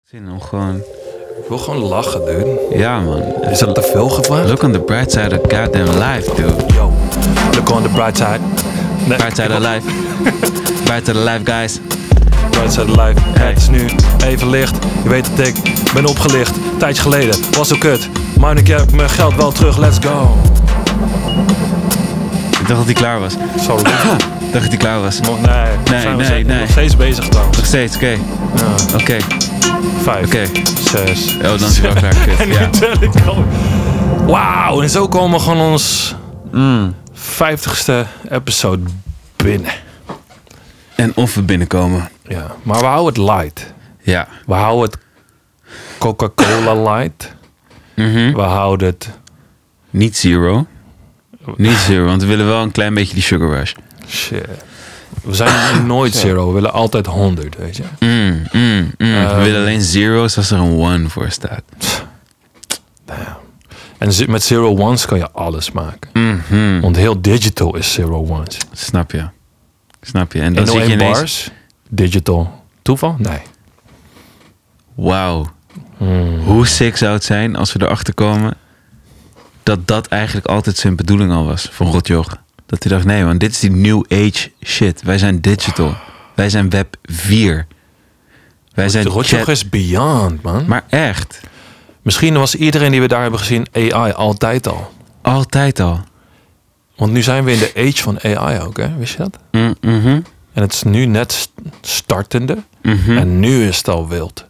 Zin om gewoon... Ik wil gewoon lachen, dude. Ja, man. Is dat te veel gevraagd? Look on the bright side of goddamn life, dude. Yo, look on the bright side. Nee, Bright side of life. Bright side of life, guys. Bright side of life. Het is nu even licht. Je weet dat ik ben opgelicht. Een tijdje geleden. Was zo kut. Maar ik heb mijn geld wel terug. Let's go. Ik dacht dat hij klaar was. Zo Ik dacht dat hij klaar was. nog, nee. We zijn nog steeds bezig trouwens. Nog steeds, oké. Ja. Oké. 5, Oké. 6. Oh, dan is hij wel klaar. Kut. En nu Ja. tel ik al. Wauw, en zo komen we gewoon ons 50ste episode binnen. En of we binnenkomen. Ja, maar we houden het light. Ja. We houden het Coca-Cola light. Mhm. We houden het... Niet zero. Niet zero, want we willen wel een klein beetje die sugar rush. Shit. We zijn nooit zero. We willen altijd 100, weet je. We willen alleen zero's als er een one voor staat. En met zero ones kan je alles maken. Want heel digital is zero ones. Snap je. Snap je. En dan 101 zit je ineens... bars, digital. Toeval? Nee. Wauw. Hoe sick zou het zijn als we erachter komen dat dat eigenlijk altijd zijn bedoeling al was van Rotjoch. Dat hij dacht, nee man, dit is die new age shit. Wij zijn digital. Wij zijn web 4. Wij zijn Rotjoch chat. is beyond, man. Maar echt. Misschien was iedereen die we daar hebben gezien AI altijd al. Altijd al. Want nu zijn we in de age van AI ook, hè? Wist je dat? Mhm. En het is nu net startende. Mhm. En nu is het al wild.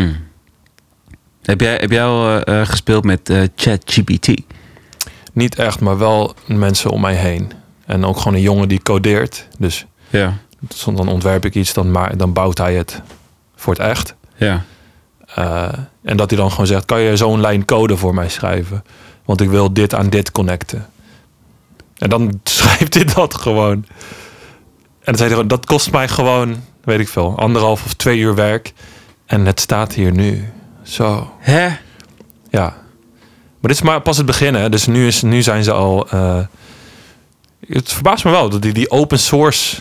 Heb jij al gespeeld met ChatGPT? Niet echt, maar wel mensen om mij heen. En ook gewoon een jongen die codeert. Dus Ja. dan ontwerp ik iets, dan bouwt hij het voor het echt. Ja. En dat hij dan gewoon zegt, kan je zo'n lijn code voor mij schrijven? Want ik wil dit aan dit connecten. En dan schrijft hij dat gewoon. En dan zei hij gewoon, dat kost mij gewoon, weet ik veel, 1,5 of 2 uur werk. En het staat hier nu. Zo. Hè? Ja. Maar dit is maar pas het begin, hè. Dus nu zijn ze al... het verbaast me wel dat die open source...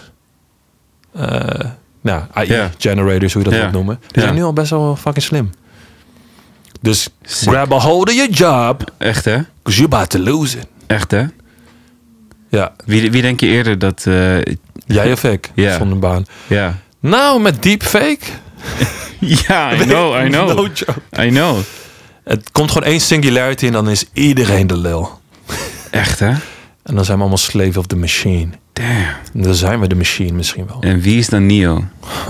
AI generators, hoe je dat wilt noemen. Die zijn nu al best wel fucking slim. Dus Sick. grab a hold of your job. Echt hè? Because you're about to lose it. Echt hè? Ja. Wie denk je eerder dat... Jij of ik? Ja. Zonder baan. Ja. Nou, met deepfake. Ja, I know. No joke. I know. Het komt gewoon één singularity en dan is iedereen de lul. Echt hè? En dan zijn we allemaal slave of the machine. Damn. En dan zijn we de machine misschien wel. En wie is dan Neo?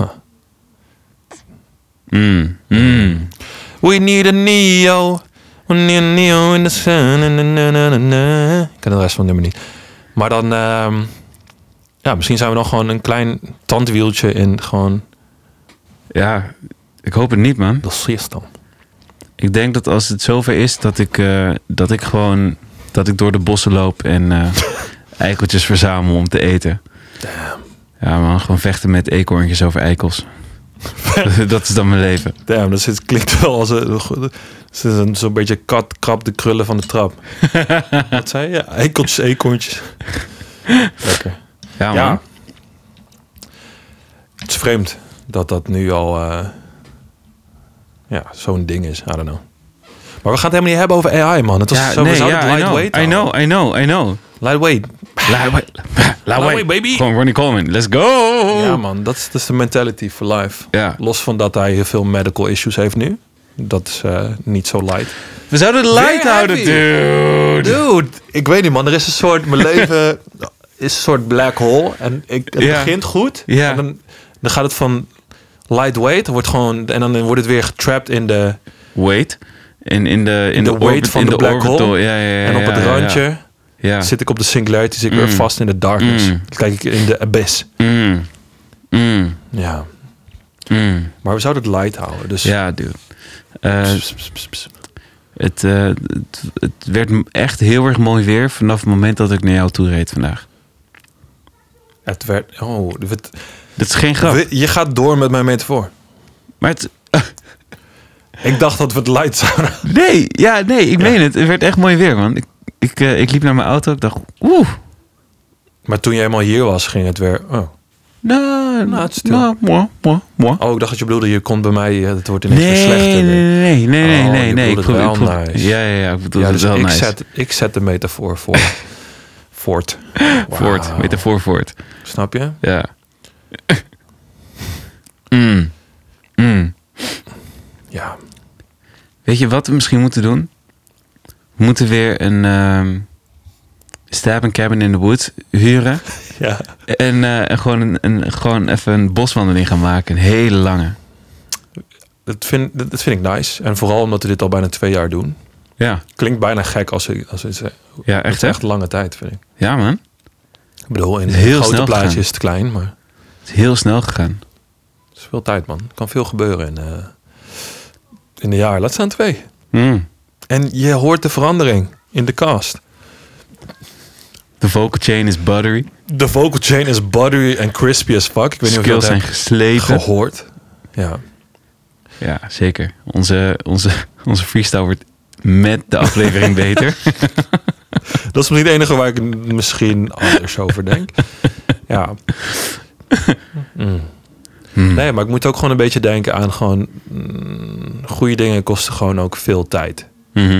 We need a Neo. We need a Neo in the sun. Ik ken de rest van het nummer niet. Maar dan... misschien zijn we dan gewoon een klein tandwieltje in gewoon... Ja, ik hoop het niet man. Dat is dan. Ik denk dat als het zover is dat ik door de bossen loop en eikeltjes verzamel om te eten. Damn. Ja man, gewoon vechten met eekhoorntjes over eikels. Dat is dan mijn leven. Damn, dat klinkt wel als zo'n beetje krap de krullen van de trap. Wat zei je? Ja, eikeltjes, eekhoorntjes. Lekker. Ja man. Ja. Het is vreemd dat nu al zo'n ding is. I don't know. Maar we gaan het helemaal niet hebben over AI, man. Het was zo lightweight. I know. Lightweight, baby. Gewoon Ronnie Coleman. Let's go. Ja, man. Dat is de mentality for life. Ja. Los van dat hij heel veel medical issues heeft nu. Dat is niet zo light. We zouden het light Very houden, heavy. dude. Ik weet niet, man. Er is een soort... Mijn leven is een soort black hole. En het begint goed. Ja. En dan gaat het van lightweight. Wordt gewoon, en dan wordt het weer getrapt in de... Wait. In de weight van de black orbital. hole. Ja, En op het randje Ja. zit ik op de singularity. Zit ik weer vast in de darkness. Dan kijk ik in de abyss. Ja. Maar we zouden het light houden. Dus Ja, dude. Het werd echt heel erg mooi weer vanaf het moment dat ik naar jou toe reed vandaag. het werd... Dat is geen grap. Je gaat door met mijn metafoor. Maar het... Ik dacht dat we het light zouden... Nee, ik meen het. Het werd echt mooi weer, man. Ik liep naar mijn auto. Ik dacht, Maar toen je eenmaal hier was, ging het weer... Oh. Nou, het is stil. moi. Oh, ik dacht dat je bedoelde, je komt bij mij, het wordt ineens weer slechter. Nee. Ik bedoel het wel nice. Ja, ik bedoel Ja, het dus wel nice. ik zet de metafoor voor. Voort. Voort, metafoor voort. Snap je? Ja. Ja. Weet je wat we misschien moeten doen? We moeten weer een Stabbing Cabin in the Woods huren. Ja. En gewoon even een boswandeling gaan maken. Een hele lange. Dat vind ik nice. En vooral omdat we dit al bijna 2 jaar doen. Ja. Klinkt bijna gek als ik Ja, echt hè? echt lange tijd, vind ik. Ja man. Ik bedoel, in Heel grote snel plaatje gegaan. is het klein, maar Het is heel snel gegaan. het is veel tijd, man. Er kan veel gebeuren in een jaar. Laat staan 2. En je hoort de verandering in de cast. De vocal chain is buttery. De vocal chain is buttery en crispy as fuck. Ik weet niet of je Skills dat zijn hebt geslepen. gehoord. Ja. Ja, zeker. Onze freestyle wordt met de aflevering beter. Dat is niet het enige waar ik misschien anders over denk. Ja. Nee, maar ik moet ook gewoon een beetje denken aan gewoon... goede dingen kosten gewoon ook veel tijd.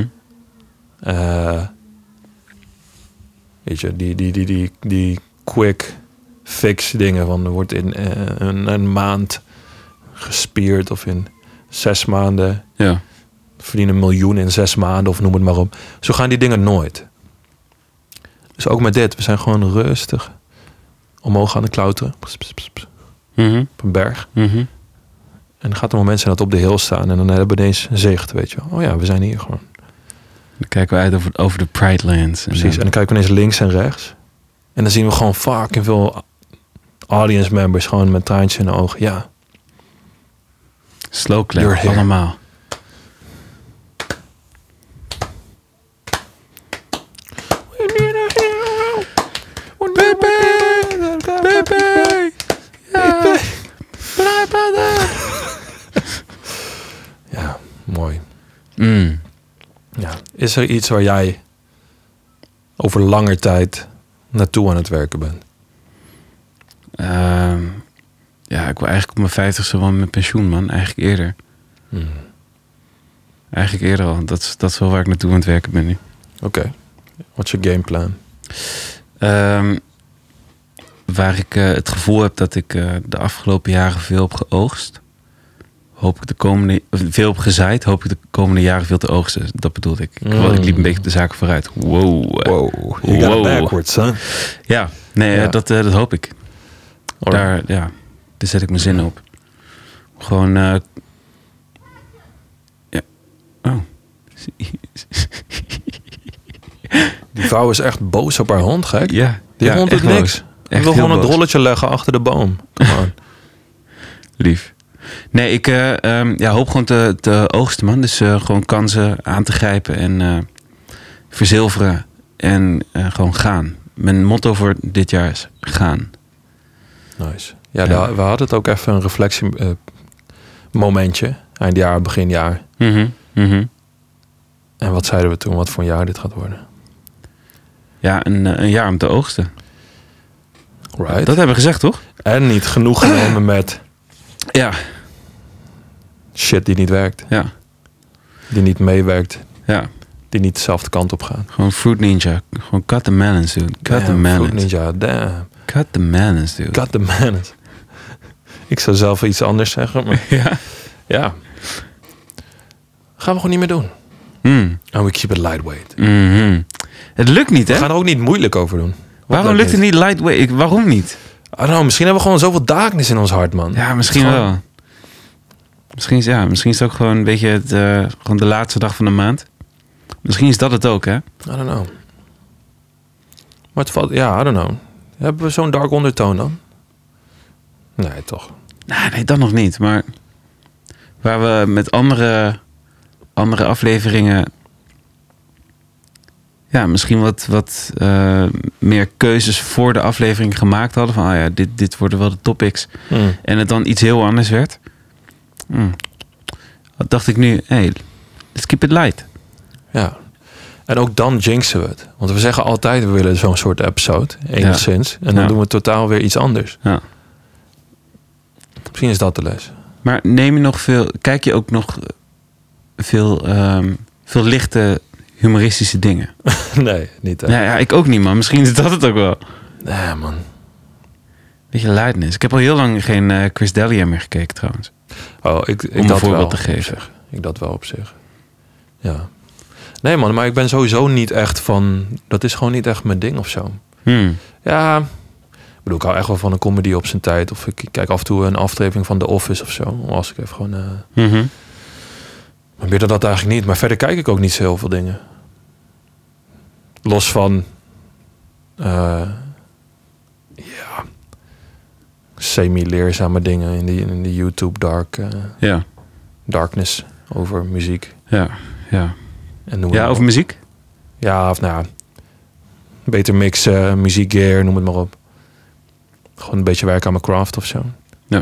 Weet je, die quick fix dingen. Van er wordt in een maand gespierd of in 6 maanden. Ja. Verdienen 1 miljoen in 6 maanden of noem het maar op. Zo gaan die dingen nooit. Dus ook met dit. We zijn gewoon rustig omhoog aan het klauteren. Op een berg. En dan gaat er een moment zijn dat we op de hill staan. En dan hebben we ineens zicht, weet je wel. Oh ja, we zijn hier gewoon. Dan kijken we uit over de Pride Lands. Precies. En dan kijken we ineens links en rechts. En dan zien we gewoon fucking veel audience members. Gewoon met traantjes in de ogen. Ja. Slow clap, You're here. allemaal. Ja, mooi. Ja. Is er iets waar jij over lange tijd naartoe aan het werken bent? Ja, ik wil eigenlijk op mijn 50ste wel met pensioen, man. Eigenlijk eerder. Eigenlijk eerder al. Dat is wel waar ik naartoe aan het werken ben nu. Oké. Wat is je gameplan? Waar ik het gevoel heb dat ik de afgelopen jaren veel heb geoogst. Hoop ik veel heb gezaaid. Hoop ik de komende jaren veel te oogsten. Dat bedoelde ik. Ik liep een beetje op de zaken vooruit. Wow. You got it backwards, son. Ja, nee, Ja. dat hoop ik. Daar zet ik mijn zin op. Gewoon... ja. Oh. Die vrouw is echt boos op haar hond, gek. Ja. Die hond doet echt niks. boos. Hij Echt wil heel gewoon een boos. rolletje leggen achter de boom. Come on. Lief. Nee, ik hoop gewoon te oogsten, man. Dus gewoon kansen aan te grijpen en verzilveren en gewoon gaan. Mijn motto voor dit jaar is gaan. Nice. Ja, we hadden het ook even een reflectie momentje. Eindjaar, beginjaar. En wat zeiden we toen? Wat voor een jaar dit gaat worden? Ja, een jaar om te oogsten. Right. Dat hebben we gezegd, toch? En niet genoeg genomen met Ja. shit die niet werkt. Ja. Die niet meewerkt. Ja. Die niet dezelfde kant op gaat. Gewoon Fruit Ninja. Gewoon cut the melons, dude. Cut the Fruit melons. Ninja, damn. Cut the melons, dude. Cut the melons. Ik zou zelf iets anders zeggen, maar Ja. ja. Gaan we gewoon niet meer doen. And we keep it lightweight. Het lukt niet, hè? We gaan er ook niet moeilijk over doen. Waarom lukt het niet lightweight? Waarom niet? I don't know, misschien hebben we gewoon zoveel darkness in ons hart, man. Ja, misschien wel. Misschien is het ook gewoon een beetje gewoon de laatste dag van de maand. Misschien is dat het ook, hè? I don't know. Maar het valt... Ja, I don't know. Hebben we zo'n dark ondertoon dan? Nee, toch. Nee, dat nog niet. Maar waar we met andere afleveringen... Ja, misschien wat meer keuzes voor de aflevering gemaakt hadden. Van, dit worden wel de topics. En het dan iets heel anders werd. Wat dacht ik nu? Hey, let's keep it light. Ja. En ook dan jinxen we het. Want we zeggen altijd, we willen zo'n soort episode. Enigszins. En dan doen we totaal weer iets anders. Ja. Misschien is dat de les. Maar kijk je ook nog veel lichte humoristische dingen? Nee, niet echt. Nou ja, ik ook niet, man. Misschien is dat het ook wel. Nee, man. Beetje luidness. Ik heb al heel lang geen Chris D'Elia meer gekeken, trouwens. Oh, ik Om een dat voorbeeld wel te geven. op zich. Ik dat wel op zich. Ja. Nee, man, maar ik ben sowieso niet echt van... Dat is gewoon niet echt mijn ding of zo. Ja, ik bedoel, ik hou echt wel van een comedy op zijn tijd. Of ik kijk af en toe een aflevering van The Office of zo. Als ik even gewoon... Maar meer dan dat eigenlijk niet. Maar verder kijk ik ook niet zo heel veel dingen. Los van... ja... semi-leerzame dingen in de YouTube darkness over muziek. Ja. En noem Ja, het over maar. muziek? Ja, of nou ja, beter mixen, muziekgear, noem het maar op. Gewoon een beetje werken aan mijn craft of zo. Ja.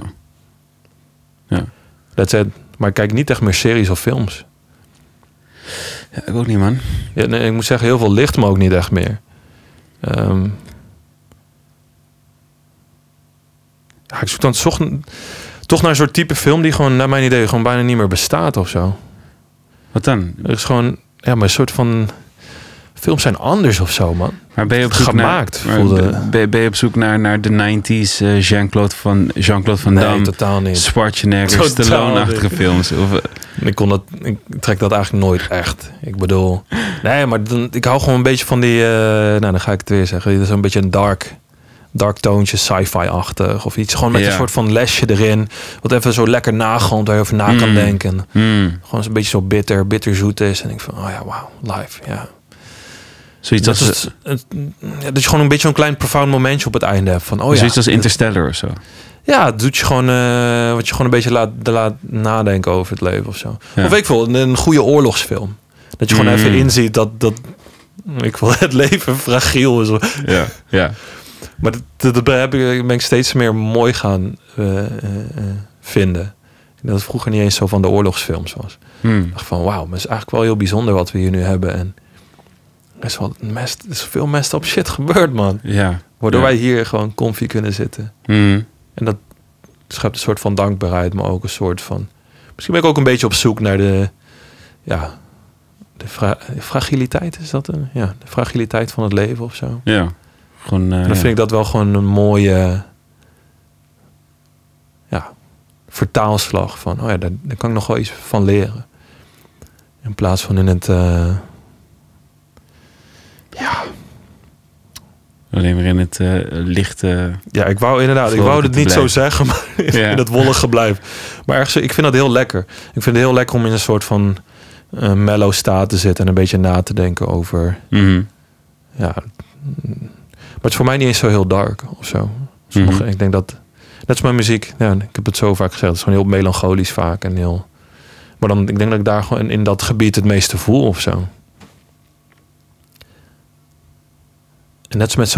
That's it. Maar ik kijk niet echt meer series of films. Ja, ik ook niet, man. Ja, nee, ik moet zeggen, heel veel ligt me ook niet echt meer. Ja, ik zoek dan toch naar een soort type film die gewoon, naar mijn idee, gewoon bijna niet meer bestaat of zo. Wat dan? Er is gewoon, ja, maar een soort van... Films zijn anders of zo, man. Maar ben je op zoek Gemaakt, naar... voelde... Ben je op zoek naar de 90s Jean-Claude Van Nee, Damme... totaal niet. Schwarzenegger, Totaal Stallone-achtige niet. films? Of, Ik trek dat eigenlijk nooit echt. Ik bedoel... Nee, maar ik hou gewoon een beetje van die... nou, dan ga ik het weer zeggen. Dit is een beetje een dark toontje, sci-fi-achtig of iets. Gewoon met een soort van lesje erin. Wat even zo lekker nagrond, waar je over na kan denken. Gewoon een beetje zo bitterzoet is. En ik van, oh ja, wauw, live, ja. Zoiets Dat, als... dat je gewoon een beetje zo'n klein profound momentje op het einde hebt. Van, oh zoiets ja, als Interstellar of zo. Ja, het doet je gewoon... wat je gewoon een beetje laat nadenken over het leven of zo. Ja. Of ik wil een goede oorlogsfilm. Dat je gewoon even inziet dat ik wil het leven fragiel is. Ja. Maar dat ben ik steeds meer mooi gaan vinden. Dat het vroeger niet eens zo van de oorlogsfilms was. Ik dacht van, wauw, maar het is eigenlijk wel heel bijzonder wat we hier nu hebben. En er is veel messed up shit gebeurd, man. Ja. Waardoor wij hier gewoon comfy kunnen zitten. En dat schept een soort van dankbaarheid, maar ook een soort van... Misschien ben ik ook een beetje op zoek naar de fragiliteit, is dat een? Ja, de fragiliteit van het leven of zo. Ja. Gewoon, en dan vind ik dat wel gewoon een mooie vertaalslag van, oh ja, daar kan ik nog wel iets van leren. In plaats van in het alleen maar in het lichte... Ja, ik wou het niet zo zeggen, maar in het wollige blijf. Maar ergens, ik vind dat heel lekker. Ik vind het heel lekker om in een soort van mellow staat te zitten en een beetje na te denken over... Ja, maar het is voor mij niet eens zo heel dark of zo. Ik denk dat... Net als mijn muziek. Ja, ik heb het zo vaak gezegd. Het is gewoon heel melancholisch vaak. En heel... Maar dan, ik denk dat ik daar gewoon in dat gebied het meeste voel of zo. En net als met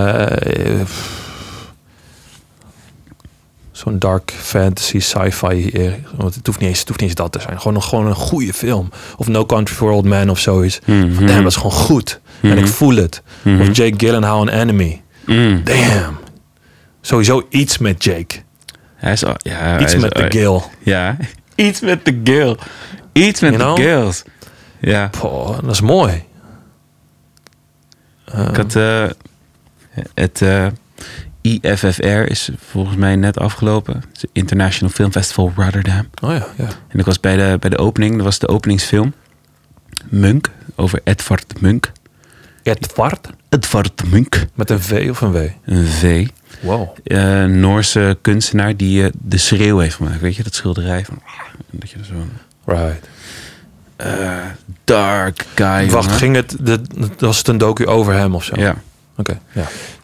zo'n dark fantasy sci-fi. Want het hoeft niet eens dat te zijn. Gewoon een goede film. Of No Country for Old Men of zoiets. Damn, dat is gewoon goed. En ik voel het. Of Jake Gyllenhaal en Enemy. Damn. Sowieso iets met Jake. Iets met de Gil. Ja, iets met de Gil. Iets met de Gils. Ja. Poh, dat is mooi. Ik had het IFFR is volgens mij net afgelopen. Het is het International Film Festival Rotterdam. Oh ja. En ik was bij de opening. Dat was de openingsfilm. Munk. Over Edvard Munch. Edvard Munch. Met een V of een W? Een V. Wow. Noorse kunstenaar die de Schreeuw heeft gemaakt. Weet je, dat schilderij van... Dat je zo... Right. Dark guy. Wacht, was het een docu over hem of zo? Ja. Oké, ja.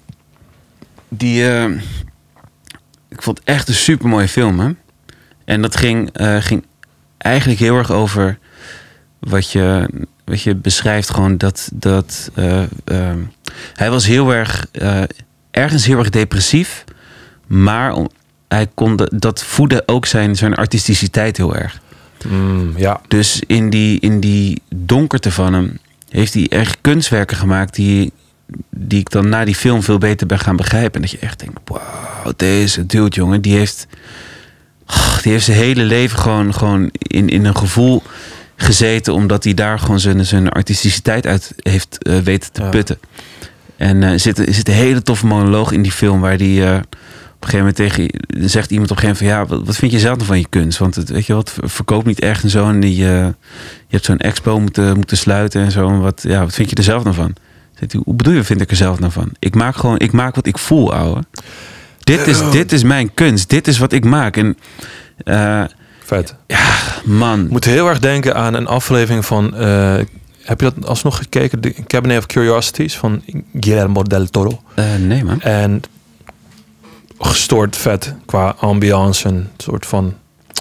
Ik vond het echt een supermooie film, hè? En dat ging eigenlijk heel erg over wat je beschrijft, gewoon dat hij was heel erg ergens heel erg depressief, maar hij dat voedde ook zijn artisticiteit heel erg. Ja. Dus in die donkerte van hem heeft hij echt kunstwerken gemaakt die ik dan na die film veel beter ben gaan begrijpen. En dat je echt denkt, wauw, deze dude, jongen, die heeft Die heeft zijn hele leven gewoon in een gevoel gezeten, omdat hij daar gewoon zijn artisticiteit uit heeft weten te putten. En er zit een hele toffe monoloog in die film waar die op een gegeven moment zegt iemand op een gegeven moment van wat vind je zelf nou van je kunst? Want weet je wat, verkoopt niet echt en zo. En je hebt zo'n expo moeten sluiten en zo. En wat vind je er zelf nou van? Zegt hij, hoe bedoel je, vind ik er zelf nou van? Ik maak wat ik voel, ouwe. Dit is mijn kunst. Dit is wat ik maak. En vet. Ja, man. Ik moet heel erg denken aan een aflevering van... heb je dat alsnog gekeken? The Cabinet of Curiosities van Guillermo del Toro. Nee, man. En gestoord vet qua ambiance. Een soort van...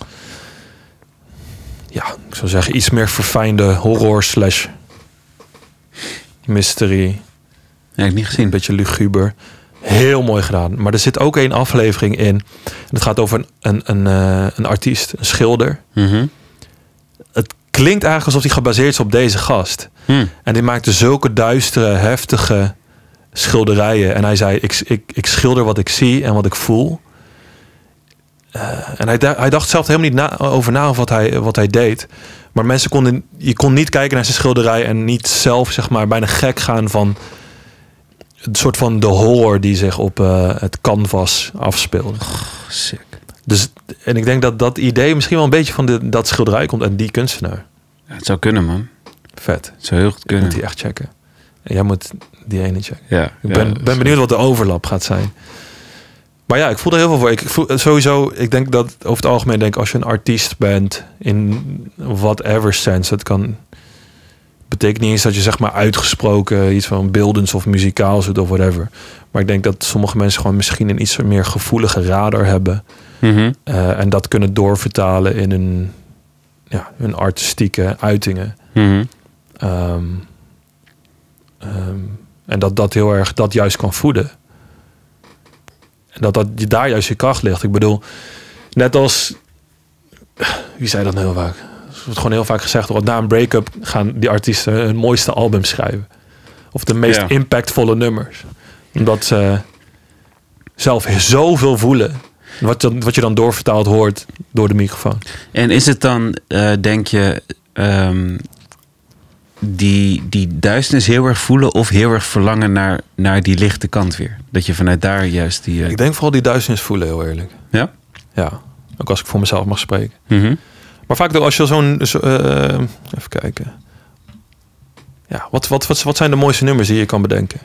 Ja, ik zou zeggen iets meer verfijnde horror / mystery. Ja, ik heb niet gezien. Een beetje luguber. Heel mooi gedaan. Maar er zit ook één aflevering in. En het gaat over een artiest, een schilder. Mm-hmm. Het klinkt eigenlijk alsof hij gebaseerd is op deze gast. En die maakte zulke duistere, heftige schilderijen. En hij zei, ik schilder wat ik zie en wat ik voel. En hij dacht zelf helemaal niet over na of wat hij deed. Maar je kon niet kijken naar zijn schilderij en niet zelf, zeg maar, bijna gek gaan van een soort van de horror die zich op het canvas afspeelde. Sick. Dus, en ik denk dat idee misschien wel een beetje van dat schilderij komt en die kunstenaar. Ja, het zou kunnen, man. Vet. Het zou heel goed kunnen. Ik moet die echt checken. En jij moet die ene checken. Ja, Ik ben benieuwd wat de overlap gaat zijn. Maar ja, ik voel er heel veel voor. Ik voel sowieso, ik denk dat over het algemeen als je een artiest bent in whatever sense, het kan betekent niet eens dat je zeg maar uitgesproken iets van beeldends of muzikaals doet of whatever. Maar ik denk dat sommige mensen gewoon misschien een iets meer gevoelige radar hebben. Mm-hmm. En dat kunnen doorvertalen in hun artistieke uitingen. Mm-hmm. En dat heel erg dat juist kan voeden. En dat daar juist je kracht ligt. Ik bedoel, net als... Wie zei dat nou heel vaak? Het wordt gewoon heel vaak gezegd, want na een break-up gaan die artiesten hun mooiste album schrijven. Of de meest impactvolle nummers. Omdat ze zelf zoveel voelen. Wat je dan doorvertaald hoort door de microfoon. En is het dan, denk je, die duisternis heel erg voelen of heel erg verlangen naar die lichte kant weer? Dat je vanuit daar juist die... Ik denk vooral die duisternis voelen, heel eerlijk. Ja? Ja. Ook als ik voor mezelf mag spreken. Mm-hmm. Maar vaak als je even kijken. Ja, wat zijn de mooiste nummers die je kan bedenken?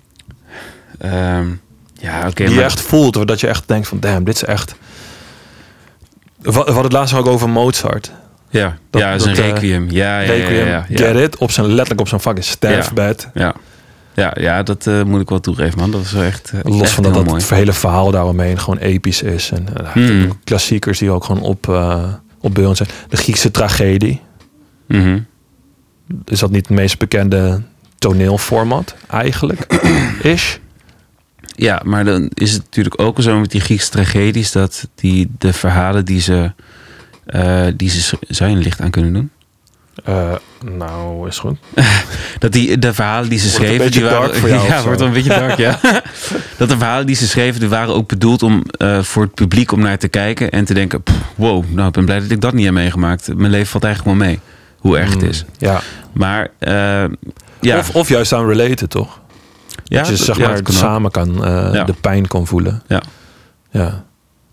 Die je echt voelt, dat je echt denkt van damn, dit is echt... We hadden het laatst ook over Mozart. Ja, dat is een requiem. Requiem, get it? Letterlijk op zijn fucking sterfbed. Ja, dat moet ik wel toegeven, man. Dat is wel echt los echt van dat het hele verhaal daaromheen gewoon episch is. En klassiekers die ook gewoon op beeld zijn. De Griekse tragedie. Mm-hmm. Is dat niet het meest bekende toneelformat eigenlijk? Is? Ja, maar dan is het natuurlijk ook zo met die Griekse tragedies dat de verhalen die ze zou je een licht aan kunnen doen? Nou, is goed. Dat de verhalen die ze schreven, die waren voor jou. Ja, wordt wel een beetje dark, ja. Dat de verhalen die ze schreven, die waren ook bedoeld om voor het publiek om naar te kijken en te denken, wow, nou, ik ben blij dat ik dat niet heb meegemaakt. Mijn leven valt eigenlijk wel mee, hoe erg het is. Ja. Maar of juist aan related, toch? Ja, dat je zeg maar samen kan de pijn kan voelen. Ja.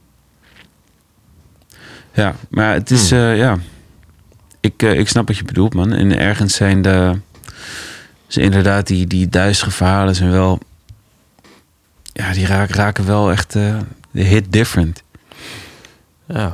Ja, maar het is Ik snap wat je bedoelt, man. En ergens zijn inderdaad die duistere verhalen zijn wel... Ja, die raken wel echt de hit different. Ja.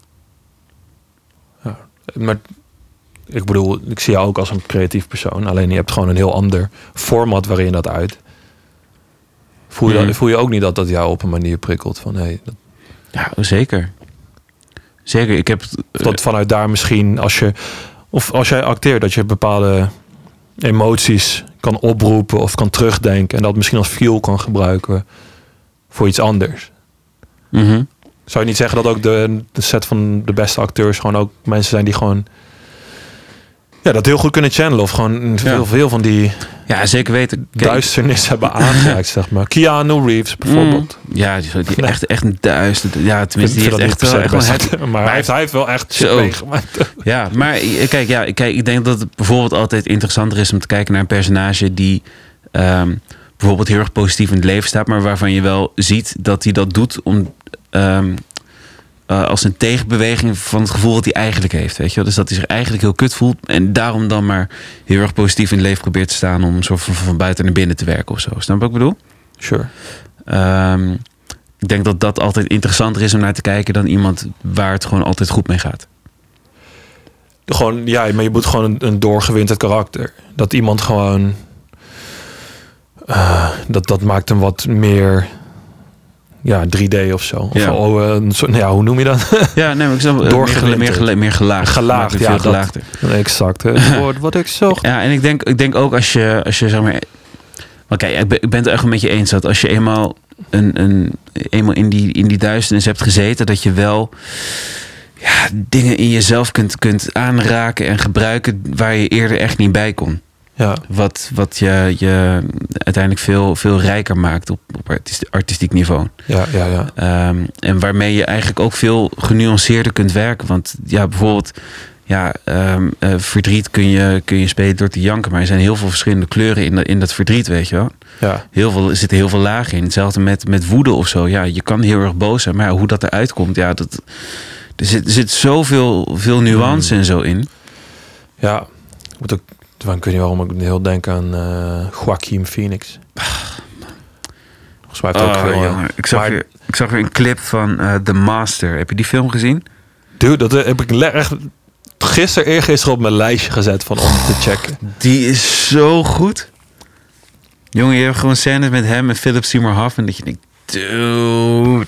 Maar ik bedoel, ik zie jou ook als een creatief persoon. Alleen je hebt gewoon een heel ander format waarin je dat uit. Voel je ook niet dat jou op een manier prikkelt? Van, hey, Ja, zeker. Zeker, ik heb... Dat vanuit daar misschien, als jij acteert, dat je bepaalde emoties kan oproepen of kan terugdenken. En dat misschien als fuel kan gebruiken voor iets anders. Mm-hmm. Zou je niet zeggen dat ook de set van de beste acteurs gewoon ook mensen zijn die gewoon Ja, dat heel goed kunnen channelen. Of gewoon veel van die Ja, zeker weten. duisternis hebben aangeraakt, zeg maar. Keanu Reeves bijvoorbeeld. Ja, die echt een duister. Ja, tenminste, die heeft echt wel gewoon maar hij heeft wel echt shit meegemaakt. Ja, maar kijk, ik denk dat het bijvoorbeeld altijd interessanter is om te kijken naar een personage die bijvoorbeeld heel erg positief in het leven staat, maar waarvan je wel ziet dat hij dat doet om als een tegenbeweging van het gevoel wat hij eigenlijk heeft. Weet je wel? Dus dat hij zich eigenlijk heel kut voelt en daarom dan maar heel erg positief in het leven probeert te staan om een soort van buiten naar binnen te werken of zo. Snap je wat ik bedoel? Sure. Ik denk dat dat altijd interessanter is om naar te kijken dan iemand waar het gewoon altijd goed mee gaat. Gewoon, ja, maar je moet gewoon een doorgewinterd karakter. Dat iemand gewoon dat maakt hem wat meer 3D of zo. Of hoe noem je dat? Ja, nee, maar ik snap meer gelaagd. Gelaagd, ja, gelaagder. Exact. Het woord wat ik zocht. Ja, en ik denk ook als je zeg maar. Oké, ik ben het er echt een beetje eens dat als je eenmaal eenmaal in die duisternis hebt gezeten, dat je wel dingen in jezelf kunt aanraken en gebruiken waar je eerder echt niet bij kon. Ja. Wat je uiteindelijk veel rijker maakt op artistiek niveau. Ja. En waarmee je eigenlijk ook veel genuanceerder kunt werken. Want bijvoorbeeld verdriet kun je spelen door te janken, maar er zijn heel veel verschillende kleuren in dat verdriet, weet je wel. Ja. Er zitten heel veel lagen in. Hetzelfde met woede of zo. Ja, je kan heel erg boos zijn, maar hoe dat eruit komt, er zit zoveel nuance en zo in. Ja, moet ook. Ik weet niet waarom ik heel denk aan Joaquin Phoenix. Volgens mij heeft ook veel. Ik zag weer een clip van The Master. Heb je die film gezien? Dude, dat heb ik echt eergisteren op mijn lijstje gezet om te checken. Die is zo goed. Jongen, je hebt gewoon scènes met hem en Philip Seymour Hoffman dat je denkt, dude.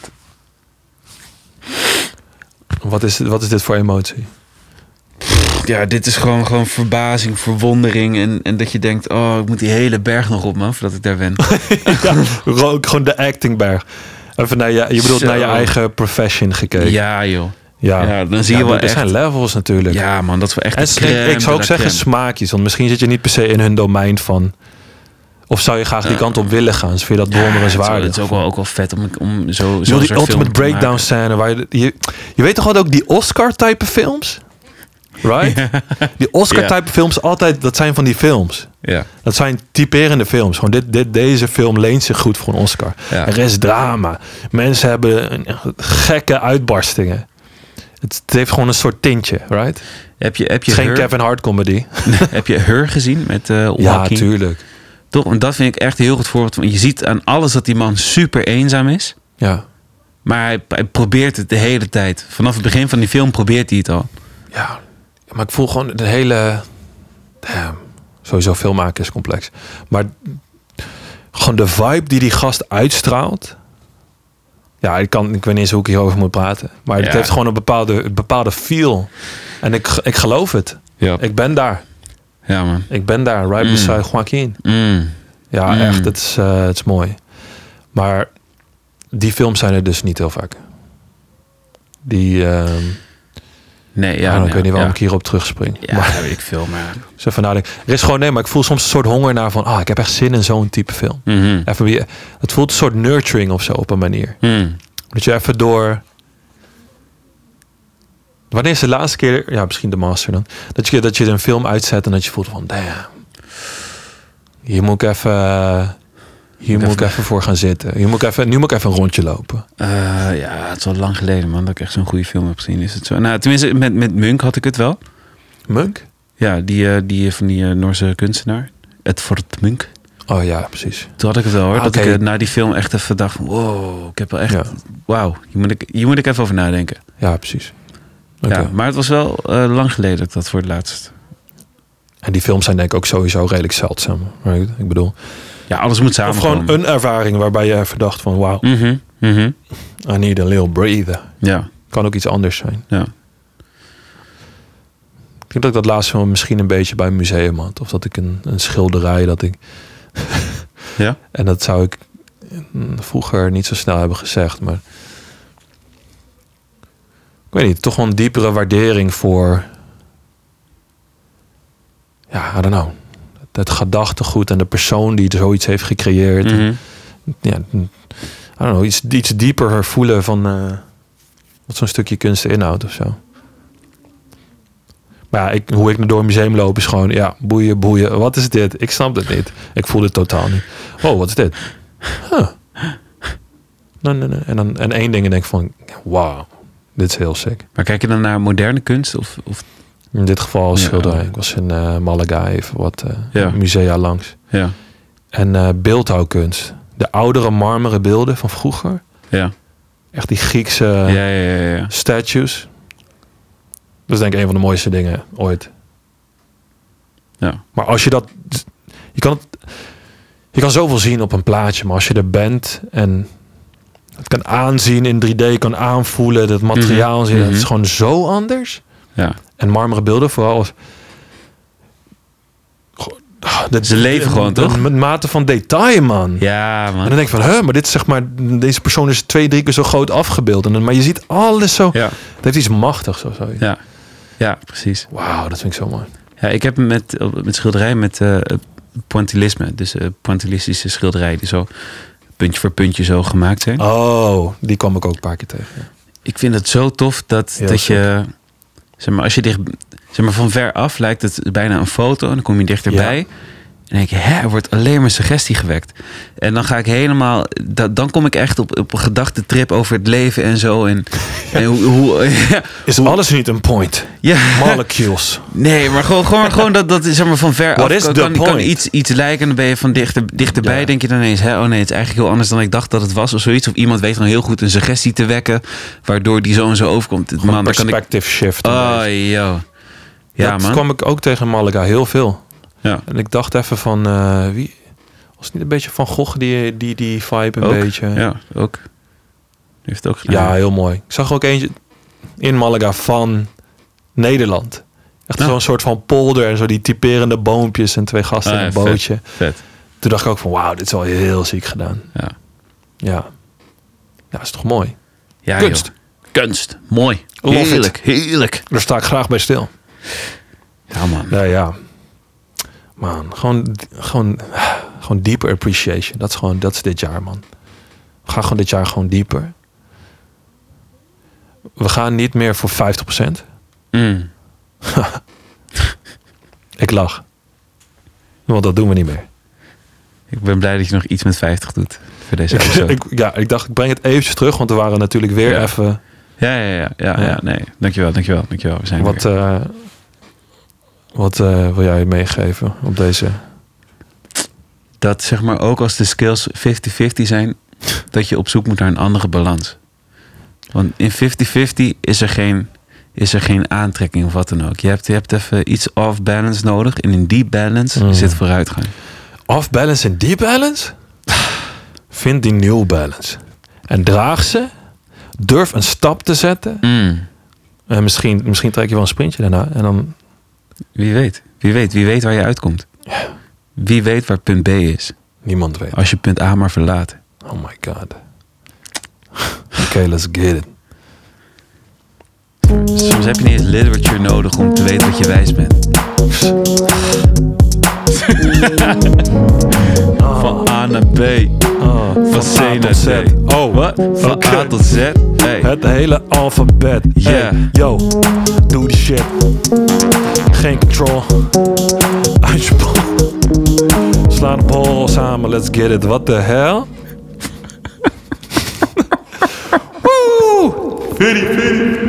Wat is dit voor emotie? Ja, dit is gewoon verbazing, verwondering en dat je denkt, oh, ik moet die hele berg nog op, man, voordat ik daar ben. Gewoon de actingberg. Even naar je bedoelt naar je eigen profession gekeken. Ja, joh. Ja, dan zie je wel er echt. zijn levels natuurlijk. Ja, man, dat is wel echt. En ik zou ook zeggen smaakjes, want misschien zit je niet per se in hun domein van. Of zou je graag die kant op willen gaan? Dus vind je dat bewonderenswaardig? Het is ook wel vet om zo die ultimate breakdown scène waar je weet toch altijd ook die Oscar-type films? Right? Ja. Die Oscar-type films, altijd, dat zijn van die films. Ja. Dat zijn typerende films. Gewoon deze film leent zich goed voor een Oscar. Ja. Er is drama. Mensen hebben gekke uitbarstingen. Het heeft gewoon een soort tintje, right? Heb je geen Kevin Hart comedy. Heb je Her gezien met Joaquin? Ja, tuurlijk. Toch, en dat vind ik echt een heel goed voorbeeld. Want je ziet aan alles dat die man super eenzaam is. Ja. Maar hij probeert het de hele tijd. Vanaf het begin van die film probeert hij het al. Ja, maar ik voel gewoon de hele. Sowieso film maken is complex. Maar gewoon de vibe die gast uitstraalt. Ja, ik weet niet eens hoe ik hierover moet praten. Maar het heeft gewoon een bepaalde feel. En ik geloof het. Ja. Ik ben daar. Ja, man. Ik ben daar, right beside Joaquin. Ja, echt. Het is mooi. Maar die films zijn er dus niet heel vaak. Die. Nee, ik weet niet waarom ik hierop terugspring. Ja, maar, weet ik veel, maar. Dus even nadenken. Er is gewoon maar ik voel soms een soort honger naar van, ik heb echt zin in zo'n type film. Mm-hmm. Even weer, het voelt een soort nurturing of zo op een manier. Dat je even door. Wanneer is de laatste keer, ja, misschien de Master dan, dat je een film uitzet en dat je voelt van, damn, hier moet ik even voor gaan zitten. Nu moet ik even een rondje lopen. Het is al lang geleden, man, dat ik echt zo'n goede film heb gezien. Is het zo? Nou, tenminste, met Munk had ik het wel. Munk? Ja, die van die Noorse kunstenaar. Edvard Munk. Oh ja, precies. Toen had ik het wel, hoor. Dat ik na die film echt even dacht van, wow, ik heb wel echt, wauw, hier moet ik even over nadenken. Ja, precies. Okay. Ja, maar het was wel lang geleden dat ik dat voor het laatst. En die films zijn denk ik ook sowieso redelijk zeldzaam. Right? Ik bedoel, ja, alles moet samen. Of gewoon een ervaring waarbij je even dacht van, wauw, I need a little breather. Ja. Kan ook iets anders zijn. Ja. Ik denk dat ik dat laatst misschien een beetje bij een museum had. Of dat ik een schilderij dat ik. Ja. En dat zou ik vroeger niet zo snel hebben gezegd, maar ik weet niet, toch wel een diepere waardering voor ja, I don't know. Het gedachtegoed en de persoon die zoiets heeft gecreëerd. Mhm. Ja, I don't know, iets dieper voelen van wat zo'n stukje kunst inhoudt of zo. Maar ja, hoe ik door een museum loop is gewoon, ja, boeien. Wat is dit? Ik snap het niet. Ik voel dit totaal niet. Oh, wat is dit? Huh. Nee. En één ding en denk van, wauw, dit is heel sick. Maar kijk je dan naar moderne kunst? Of In dit geval Ja. schilderij. Ik was in Malaga even wat Ja. musea langs. ja, En beeldhouwkunst. De oudere marmeren beelden van vroeger. ja. Echt die Griekse Ja. statues. Dat is denk ik een van de mooiste dingen ooit. Ja. Maar als je dat... Je kan zoveel zien op een plaatje. Maar als je er bent en het kan aanzien in 3D, kan aanvoelen, dat materiaal zien, dat is gewoon zo anders. Ja. En marmeren beelden vooral als... Ze leven gewoon, toch? Met mate van detail, man. Ja, En man. dan denk ik van, maar dit is zeg maar... Deze persoon is 2-3 keer zo groot afgebeeld. Maar je ziet alles zo... Ja. Het heeft iets machtigs of zo. Ja, precies. Wauw, dat vind ik zo mooi. Ja, ik heb met schilderij met pointillisme. Dus pointillistische schilderijen die zo puntje voor puntje zo gemaakt zijn. Oh, die kwam ik ook een paar keer tegen. Ja. Ik vind het zo tof dat je... Zeg maar, als je van ver af lijkt het bijna een foto. En dan kom je dichterbij. Ja. En denk je, er wordt alleen maar suggestie gewekt. En dan ga ik helemaal... Dan kom ik echt op een gedachtentrip over het leven en zo. En Is alles niet een point? Ja. Molecules. Nee, maar gewoon dat zeg maar van ver What af is the kan point? iets lijken. En dan ben je van dichterbij. Ja. Denk je dan ineens, oh nee, het is eigenlijk heel anders dan ik dacht dat het was. Of zoiets. Of iemand weet gewoon heel goed een suggestie te wekken. Waardoor die zo en zo overkomt. Man, dan kan ik... Perspective shift. Oh, yo. Ja, dat man. kwam ik ook tegen Malaga heel veel. Ja. En ik dacht even van... wie was het niet een beetje Van Gogh die vibe een Ook. beetje? Ja, ook. Die heeft het ook gedaan. Ja, heel mooi. Ik zag er ook eentje in Malaga van Nederland. Echt Ja. zo'n soort van polder en zo die typerende boompjes en 2 gasten in een vet, bootje. Vet. Toen dacht ik ook van wauw, dit is wel heel ziek gedaan. Ja. Ja. Ja, is toch mooi? Ja, Kunst. joh. Kunst. Mooi. Love it. Heerlijk. Heerlijk. Daar sta ik graag bij stil. Ja, man. Ja. Man, gewoon deeper appreciation. Dat is dit jaar, man. We gaan gewoon dit jaar gewoon dieper. We gaan niet meer voor 50%. Mm. Ik lach. Want dat doen we niet meer. Ik ben blij dat je nog iets met 50 doet voor deze episode. Ik dacht, ik breng het eventjes terug. Want we waren natuurlijk weer Ja. even... Ja, nee. Dankjewel. We zijn weer. Wat wil jij meegeven op deze... Dat zeg maar ook als de skills 50-50 zijn, dat je op zoek moet naar een andere balans. Want in 50-50 is er geen aantrekking of wat dan ook. Je hebt even iets off-balance nodig. En in die balance zit vooruitgang. Off-balance en deep balance? Vind die new balance. En draag ze. Durf een stap te zetten. En misschien trek je wel een sprintje daarna. En dan... Wie weet waar je uitkomt. Wie weet waar punt B is. Niemand weet. Als je punt A maar verlaat. Oh my god. Oké, let's get it. Soms heb je niet eens literature nodig om te weten dat je wijs bent. Van A naar B. Van C naar Z. Oh, Wat? Van Oké. A tot Z. Hey. Het hele alfabet. Yeah. Hey, yo, doe die shit. Geen control. Uit je bal. Slaan de bal samen, let's get it. What the hell? Woe! Fitty.